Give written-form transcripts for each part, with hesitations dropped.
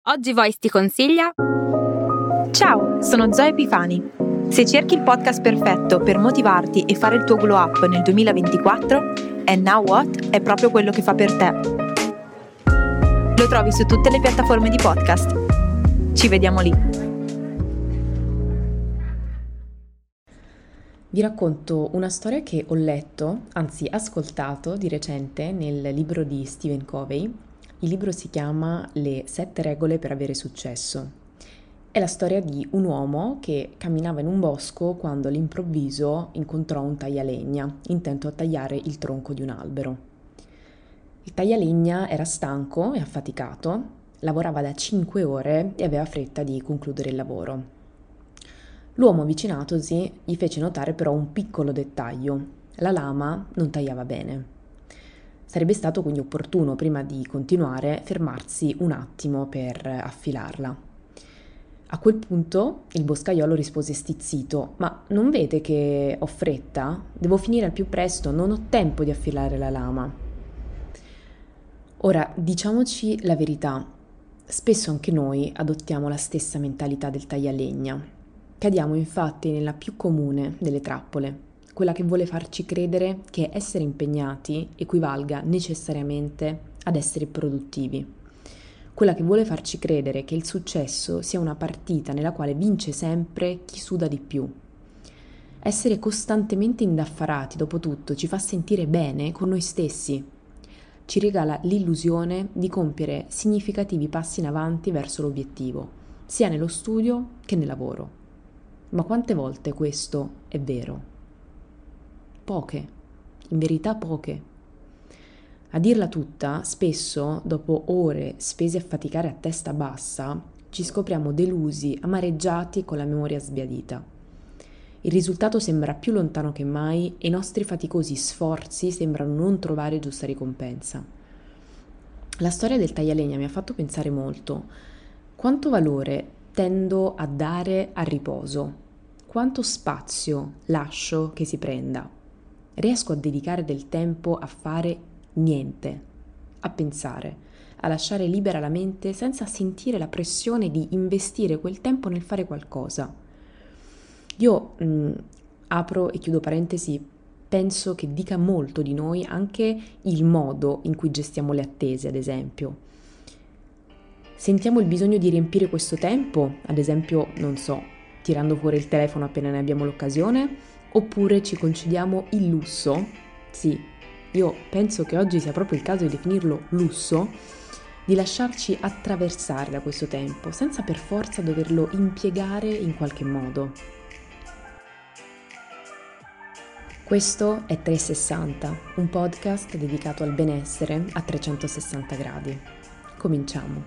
Oggi Voice ti consiglia... Ciao, sono Zoe Epifani. Se cerchi il podcast perfetto per motivarti e fare il tuo glow up nel 2024, And Now What è proprio quello che fa per te. Lo trovi su tutte le piattaforme di podcast. Ci vediamo lì. Vi racconto una storia che ho letto, anzi ascoltato di recente nel libro di Stephen Covey. Il libro si chiama Le 7 regole per avere successo. È la storia di un uomo che camminava in un bosco quando all'improvviso incontrò un taglialegna, intento a tagliare il tronco di un albero. Il taglialegna era stanco e affaticato, lavorava da 5 ore e aveva fretta di concludere il lavoro. L'uomo avvicinatosi gli fece notare però un piccolo dettaglio: la lama non tagliava bene. Sarebbe stato quindi opportuno, prima di continuare, fermarsi un attimo per affilarla. A quel punto il boscaiolo rispose stizzito: «Ma non vede che ho fretta? Devo finire al più presto, non ho tempo di affilare la lama». Ora, diciamoci la verità, spesso anche noi adottiamo la stessa mentalità del taglialegna. Cadiamo infatti nella più comune delle trappole, quella che vuole farci credere che essere impegnati equivalga necessariamente ad essere produttivi. Quella che vuole farci credere che il successo sia una partita nella quale vince sempre chi suda di più. Essere costantemente indaffarati, dopo tutto, ci fa sentire bene con noi stessi. Ci regala l'illusione di compiere significativi passi in avanti verso l'obiettivo, sia nello studio che nel lavoro. Ma quante volte questo è vero? Poche, in verità poche. A dirla tutta, spesso, dopo ore spese a faticare a testa bassa, ci scopriamo delusi, amareggiati e con la memoria sbiadita. Il risultato sembra più lontano che mai e i nostri faticosi sforzi sembrano non trovare giusta ricompensa. La storia del taglialegna mi ha fatto pensare molto. Quanto valore tendo a dare al riposo? Quanto spazio lascio che si prenda? Riesco a dedicare del tempo a fare niente, a pensare, a lasciare libera la mente senza sentire la pressione di investire quel tempo nel fare qualcosa. Io apro e chiudo parentesi, penso che dica molto di noi anche il modo in cui gestiamo le attese, ad esempio. Sentiamo il bisogno di riempire questo tempo, ad esempio, non so, tirando fuori il telefono appena ne abbiamo l'occasione, oppure ci concediamo il lusso, sì, io penso che oggi sia proprio il caso di definirlo lusso, di lasciarci attraversare da questo tempo, senza per forza doverlo impiegare in qualche modo. Questo è 360, un podcast dedicato al benessere a 360 gradi. Cominciamo.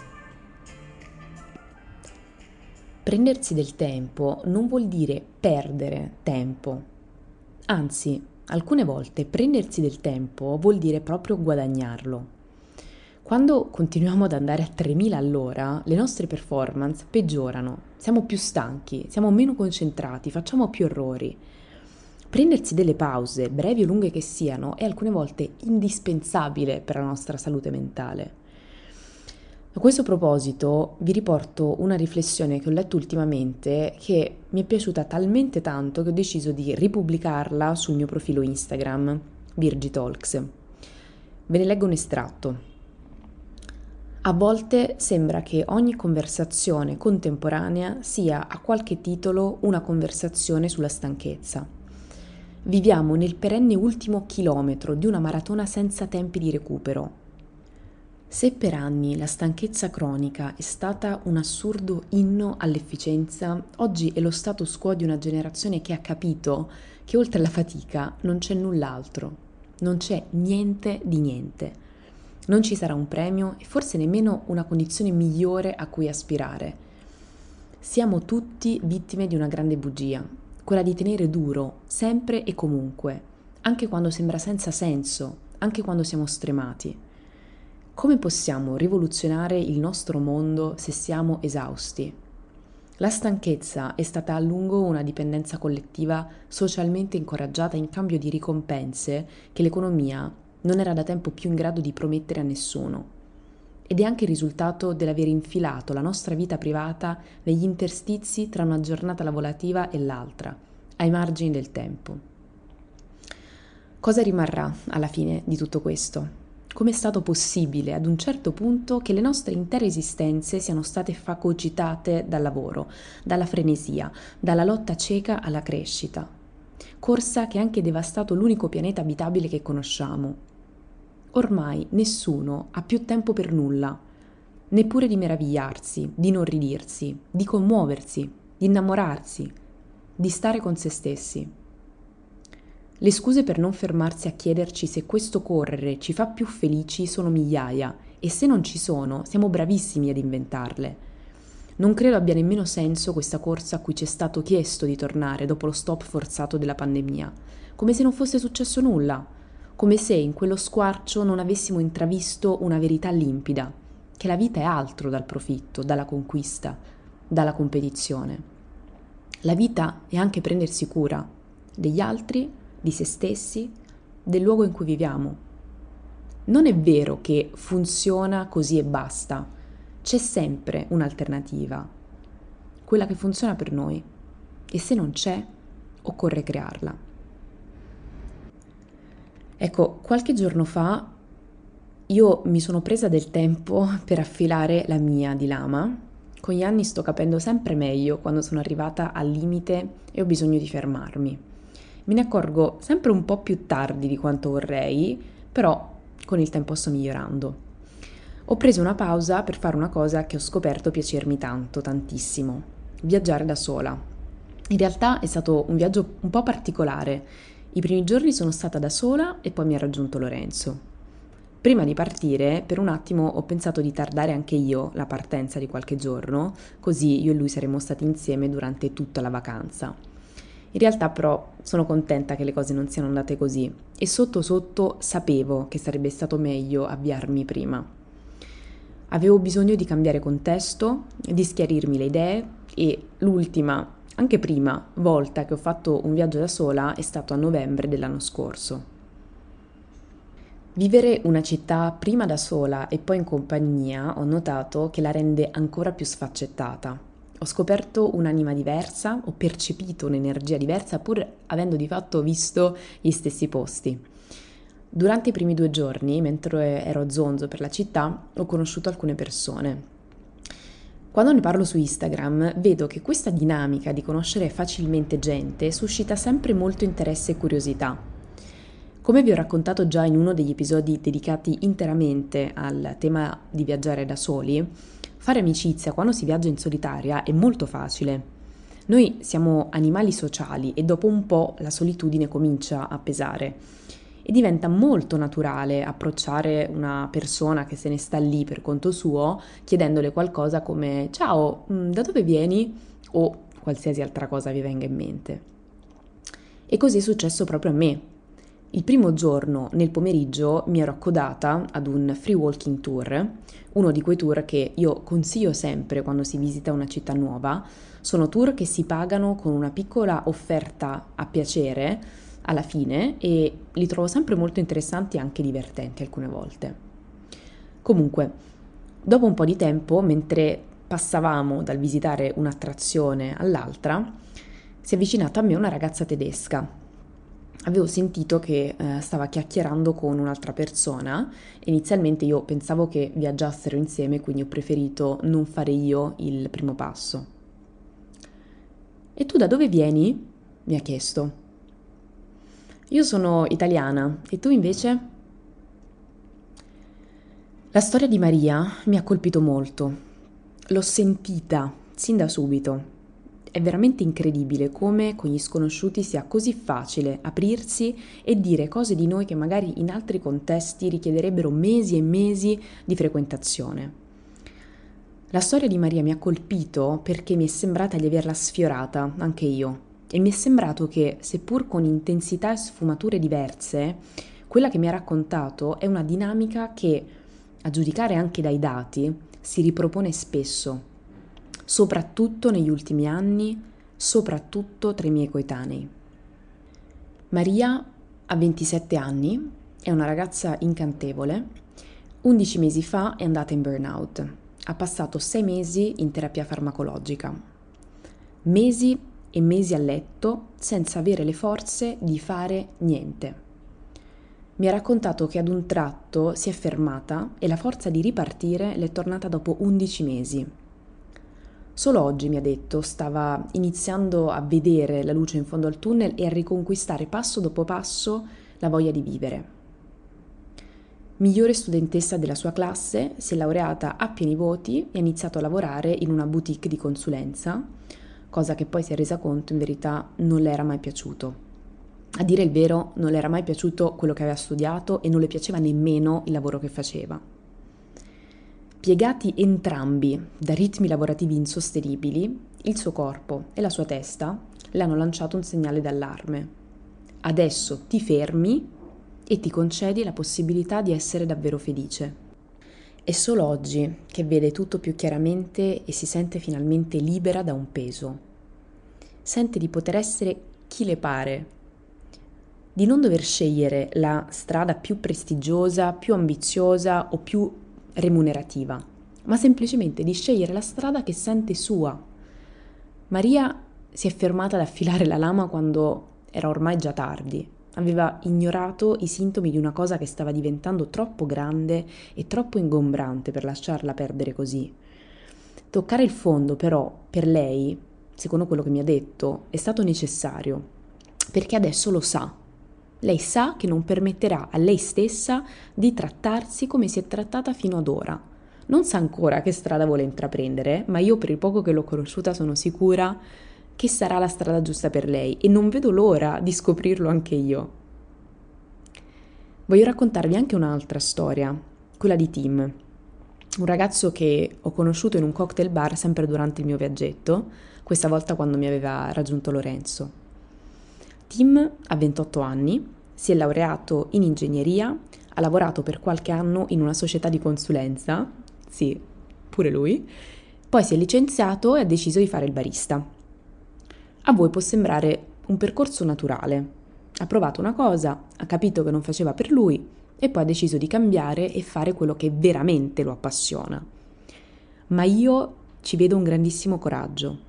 Prendersi del tempo non vuol dire perdere tempo, anzi, alcune volte prendersi del tempo vuol dire proprio guadagnarlo. Quando continuiamo ad andare a 3000 all'ora, le nostre performance peggiorano, siamo più stanchi, siamo meno concentrati, facciamo più errori. Prendersi delle pause, brevi o lunghe che siano, è alcune volte indispensabile per la nostra salute mentale. A questo proposito vi riporto una riflessione che ho letto ultimamente che mi è piaciuta talmente tanto che ho deciso di ripubblicarla sul mio profilo Instagram, Virgitalks. Ve ne leggo un estratto. A volte sembra che ogni conversazione contemporanea sia a qualche titolo una conversazione sulla stanchezza. Viviamo nel perenne ultimo chilometro di una maratona senza tempi di recupero. Se per anni la stanchezza cronica è stata un assurdo inno all'efficienza, oggi è lo status quo di una generazione che ha capito che oltre alla fatica non c'è null'altro, non c'è niente di niente. Non ci sarà un premio e forse nemmeno una condizione migliore a cui aspirare. Siamo tutti vittime di una grande bugia, quella di tenere duro, sempre e comunque, anche quando sembra senza senso, anche quando siamo stremati. Come possiamo rivoluzionare il nostro mondo se siamo esausti? La stanchezza è stata a lungo una dipendenza collettiva socialmente incoraggiata in cambio di ricompense che l'economia non era da tempo più in grado di promettere a nessuno. ed è anche il risultato dell'aver infilato la nostra vita privata negli interstizi tra una giornata lavorativa e l'altra, ai margini del tempo. Cosa rimarrà alla fine di tutto questo? Come è stato possibile ad un certo punto che le nostre intere esistenze siano state fagocitate dal lavoro, dalla frenesia, dalla lotta cieca alla crescita? Corsa che ha anche devastato l'unico pianeta abitabile che conosciamo. Ormai nessuno ha più tempo per nulla, neppure di meravigliarsi, di inorridirsi, di commuoversi, di innamorarsi, di stare con se stessi. Le scuse per non fermarsi a chiederci se questo correre ci fa più felici sono migliaia e se non ci sono siamo bravissimi ad inventarle. Non credo abbia nemmeno senso questa corsa a cui ci è stato chiesto di tornare dopo lo stop forzato della pandemia, come se non fosse successo nulla, come se in quello squarcio non avessimo intravisto una verità limpida, che la vita è altro dal profitto, dalla conquista, dalla competizione. La vita è anche prendersi cura degli altri, di se stessi, del luogo in cui viviamo. Non è vero che funziona così e basta, c'è sempre un'alternativa, quella che funziona per noi, e se non c'è, occorre crearla. Ecco, qualche giorno fa io mi sono presa del tempo per affilare la mia di lama. Con gli anni sto capendo sempre meglio quando sono arrivata al limite e ho bisogno di fermarmi. Me ne accorgo sempre un po' più tardi di quanto vorrei, però con il tempo sto migliorando. Ho preso una pausa per fare una cosa che ho scoperto piacermi tanto, tantissimo: viaggiare da sola. In realtà è stato un viaggio un po' particolare. I primi giorni sono stata da sola e poi mi ha raggiunto Lorenzo. Prima di partire, per un attimo ho pensato di tardare anche io la partenza di qualche giorno, così io e lui saremmo stati insieme durante tutta la vacanza. In realtà però sono contenta che le cose non siano andate così e sotto sotto sapevo che sarebbe stato meglio avviarmi prima. Avevo bisogno di cambiare contesto, di schiarirmi le idee e l'ultima, anche prima, volta che ho fatto un viaggio da sola è stato a novembre dell'anno scorso. Vivere una città prima da sola e poi in compagnia ho notato che la rende ancora più sfaccettata. Ho scoperto un'anima diversa, ho percepito un'energia diversa pur avendo di fatto visto gli stessi posti. Durante i primi 2 giorni, mentre ero a zonzo per la città, ho conosciuto alcune persone. Quando ne parlo su Instagram, vedo che questa dinamica di conoscere facilmente gente suscita sempre molto interesse e curiosità. Come vi ho raccontato già in uno degli episodi dedicati interamente al tema di viaggiare da soli, fare amicizia quando si viaggia in solitaria è molto facile. Noi siamo animali sociali e dopo un po' la solitudine comincia a pesare e diventa molto naturale approcciare una persona che se ne sta lì per conto suo chiedendole qualcosa come «Ciao, da dove vieni?» o qualsiasi altra cosa vi venga in mente. E così è successo proprio a me. Il primo giorno, nel pomeriggio, mi ero accodata ad un free walking tour, uno di quei tour che io consiglio sempre quando si visita una città nuova. Sono tour che si pagano con una piccola offerta a piacere alla fine e li trovo sempre molto interessanti e anche divertenti alcune volte. Comunque, dopo un po' di tempo, mentre passavamo dal visitare un'attrazione all'altra, si è avvicinata a me una ragazza tedesca. Avevo sentito che stava chiacchierando con un'altra persona e inizialmente io pensavo che viaggiassero insieme, quindi ho preferito non fare io il primo passo. «E tu da dove vieni?» mi ha chiesto. «Io sono italiana, e tu invece?» La storia di Maria mi ha colpito molto. L'ho sentita sin da subito. È veramente incredibile come con gli sconosciuti sia così facile aprirsi e dire cose di noi che magari in altri contesti richiederebbero mesi e mesi di frequentazione. La storia di Maria mi ha colpito perché mi è sembrata di averla sfiorata anche io e mi è sembrato che, seppur con intensità e sfumature diverse, quella che mi ha raccontato è una dinamica che, a giudicare anche dai dati, si ripropone spesso. Soprattutto negli ultimi anni, soprattutto tra i miei coetanei. Maria ha 27 anni, è una ragazza incantevole, 11 mesi fa è andata in burnout. Ha passato 6 mesi in terapia farmacologica. Mesi e mesi a letto senza avere le forze di fare niente. Mi ha raccontato che ad un tratto si è fermata e la forza di ripartire le è tornata dopo 11 mesi. Solo oggi, mi ha detto, stava iniziando a vedere la luce in fondo al tunnel e a riconquistare passo dopo passo la voglia di vivere. Migliore studentessa della sua classe, si è laureata a pieni voti e ha iniziato a lavorare in una boutique di consulenza, cosa che poi si è resa conto in verità non le era mai piaciuto. A dire il vero, non le era mai piaciuto quello che aveva studiato e non le piaceva nemmeno il lavoro che faceva. Piegati entrambi da ritmi lavorativi insostenibili, il suo corpo e la sua testa le hanno lanciato un segnale d'allarme. Adesso ti fermi e ti concedi la possibilità di essere davvero felice. È solo oggi che vede tutto più chiaramente e si sente finalmente libera da un peso. Sente di poter essere chi le pare, di non dover scegliere la strada più prestigiosa, più ambiziosa o più remunerativa, ma semplicemente di scegliere la strada che sente sua. Maria si è fermata ad affilare la lama quando era ormai già tardi. Aveva ignorato i sintomi di una cosa che stava diventando troppo grande e troppo ingombrante per lasciarla perdere così. Toccare il fondo, però, per lei, secondo quello che mi ha detto, è stato necessario, perché adesso lo sa. Lei sa che non permetterà a lei stessa di trattarsi come si è trattata fino ad ora. Non sa ancora che strada vuole intraprendere, ma io per il poco che l'ho conosciuta sono sicura che sarà la strada giusta per lei e non vedo l'ora di scoprirlo anche io. Voglio raccontarvi anche un'altra storia, quella di Tim, un ragazzo che ho conosciuto in un cocktail bar sempre durante il mio viaggetto, questa volta quando mi aveva raggiunto Lorenzo. Tim ha 28 anni, si è laureato in ingegneria, ha lavorato per qualche anno in una società di consulenza, sì, pure lui, poi si è licenziato e ha deciso di fare il barista. A voi può sembrare un percorso naturale. Ha provato una cosa, ha capito che non faceva per lui e poi ha deciso di cambiare e fare quello che veramente lo appassiona. Ma io ci vedo un grandissimo coraggio.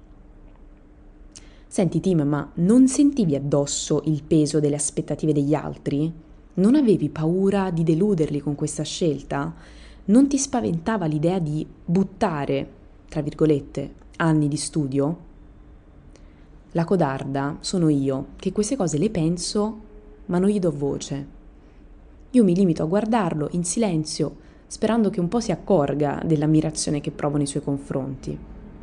Senti Tim, ma non sentivi addosso il peso delle aspettative degli altri? Non avevi paura di deluderli con questa scelta? Non ti spaventava l'idea di buttare, tra virgolette, anni di studio? La codarda sono io, che queste cose le penso, ma non gli do voce. Io mi limito a guardarlo in silenzio, sperando che un po' si accorga dell'ammirazione che provo nei suoi confronti.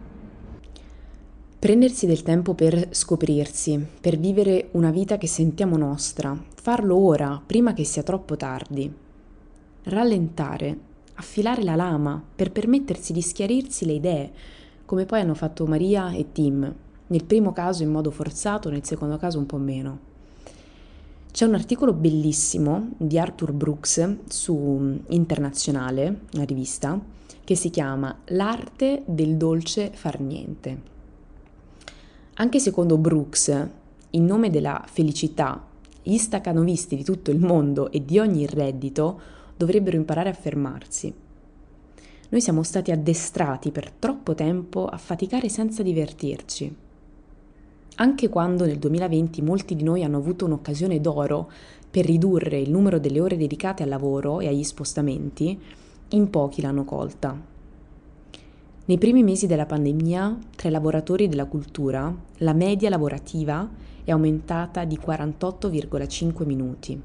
Prendersi del tempo per scoprirsi, per vivere una vita che sentiamo nostra, farlo ora, prima che sia troppo tardi. Rallentare, affilare la lama per permettersi di schiarirsi le idee, come poi hanno fatto Maria e Tim, nel primo caso in modo forzato, nel secondo caso un po' meno. C'è un articolo bellissimo di Arthur Brooks su Internazionale, una rivista, che si chiama L'arte del dolce far niente. Anche secondo Brooks, in nome della felicità, gli stacanovisti di tutto il mondo e di ogni reddito dovrebbero imparare a fermarsi. Noi siamo stati addestrati per troppo tempo a faticare senza divertirci. Anche quando nel 2020 molti di noi hanno avuto un'occasione d'oro per ridurre il numero delle ore dedicate al lavoro e agli spostamenti, in pochi l'hanno colta. Nei primi mesi della pandemia, tra i lavoratori della cultura, la media lavorativa è aumentata di 48,5 minuti.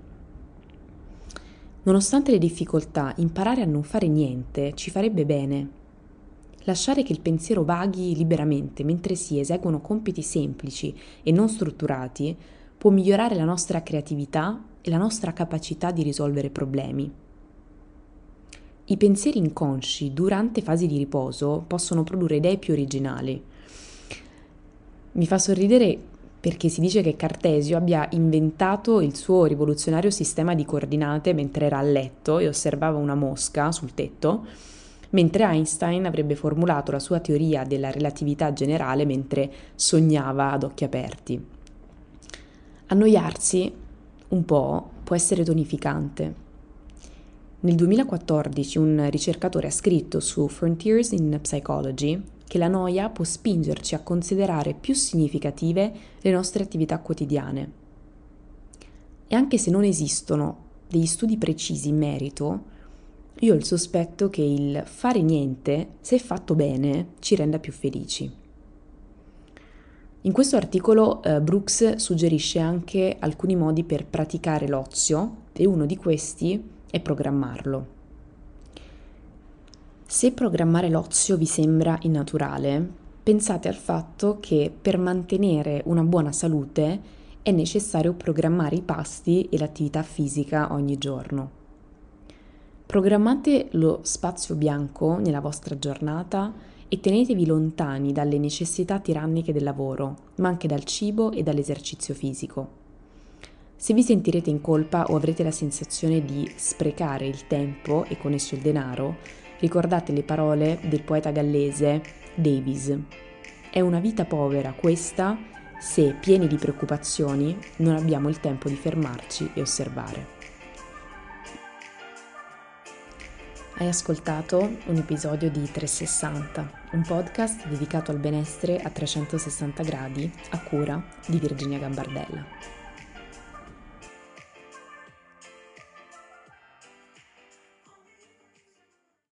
Nonostante le difficoltà, imparare a non fare niente ci farebbe bene. Lasciare che il pensiero vaghi liberamente mentre si eseguono compiti semplici e non strutturati può migliorare la nostra creatività e la nostra capacità di risolvere problemi. I pensieri inconsci durante fasi di riposo possono produrre idee più originali. Mi fa sorridere perché si dice che Cartesio abbia inventato il suo rivoluzionario sistema di coordinate mentre era a letto e osservava una mosca sul tetto, mentre Einstein avrebbe formulato la sua teoria della relatività generale mentre sognava ad occhi aperti. Annoiarsi un po' può essere tonificante. Nel 2014 un ricercatore ha scritto su Frontiers in Psychology che la noia può spingerci a considerare più significative le nostre attività quotidiane. E anche se non esistono degli studi precisi in merito, io ho il sospetto che il fare niente, se fatto bene, ci renda più felici. In questo articolo Brooks suggerisce anche alcuni modi per praticare l'ozio e uno di questi è programmarlo. Se programmare l'ozio vi sembra innaturale, pensate al fatto che per mantenere una buona salute è necessario programmare i pasti e l'attività fisica ogni giorno. Programmate lo spazio bianco nella vostra giornata e tenetevi lontani dalle necessità tiranniche del lavoro, ma anche dal cibo e dall'esercizio fisico. Se vi sentirete in colpa o avrete la sensazione di sprecare il tempo e con esso il denaro, ricordate le parole del poeta gallese Davies. È una vita povera questa se, pieni di preoccupazioni, non abbiamo il tempo di fermarci e osservare. Hai ascoltato un episodio di 360, un podcast dedicato al benessere a 360 gradi a cura di Virginia Gambardella.